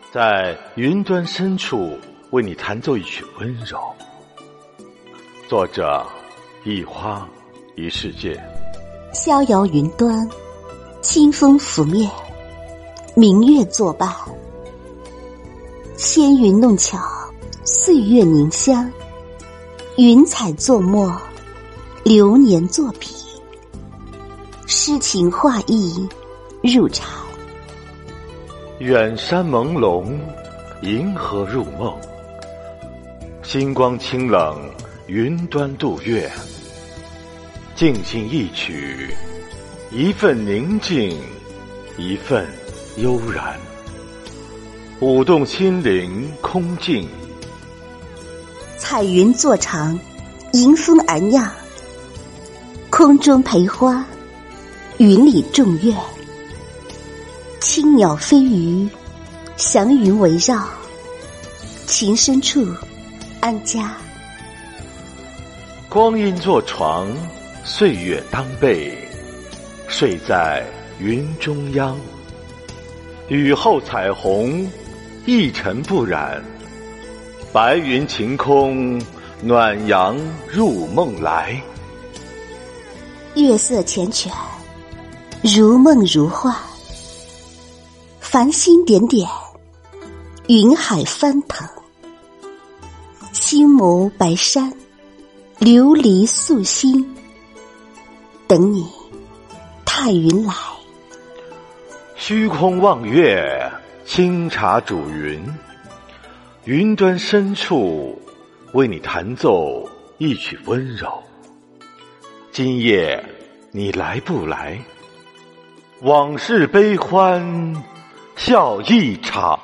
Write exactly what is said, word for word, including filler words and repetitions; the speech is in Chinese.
在云端深处为你弹奏一曲温柔。作者：一花一世界。 逍遥云端，清风拂面，明月作伴。纤云弄巧，岁月凝香，云彩作墨，流年作笔，诗情画意入禅。 远山朦胧，银河入梦，星光清冷，云端度月。静心一曲，一份宁静，一份悠然，舞动心灵空境。 彩云作长，迎风而酿，空中陪花，云里种月。青鸟飞鱼，祥云围绕，情深处安家。 光阴作床，岁月当被，睡在云中央。雨后彩虹，一尘不染，白云晴空，暖阳入梦来。 月色缱绻，如梦如幻，繁星点点，云海翻腾。星眸白山，琉璃素心，等你踏云来。 虚空望月，清茶煮云，云端深处为你弹奏一曲温柔。今夜你来不来？往事悲欢笑一场。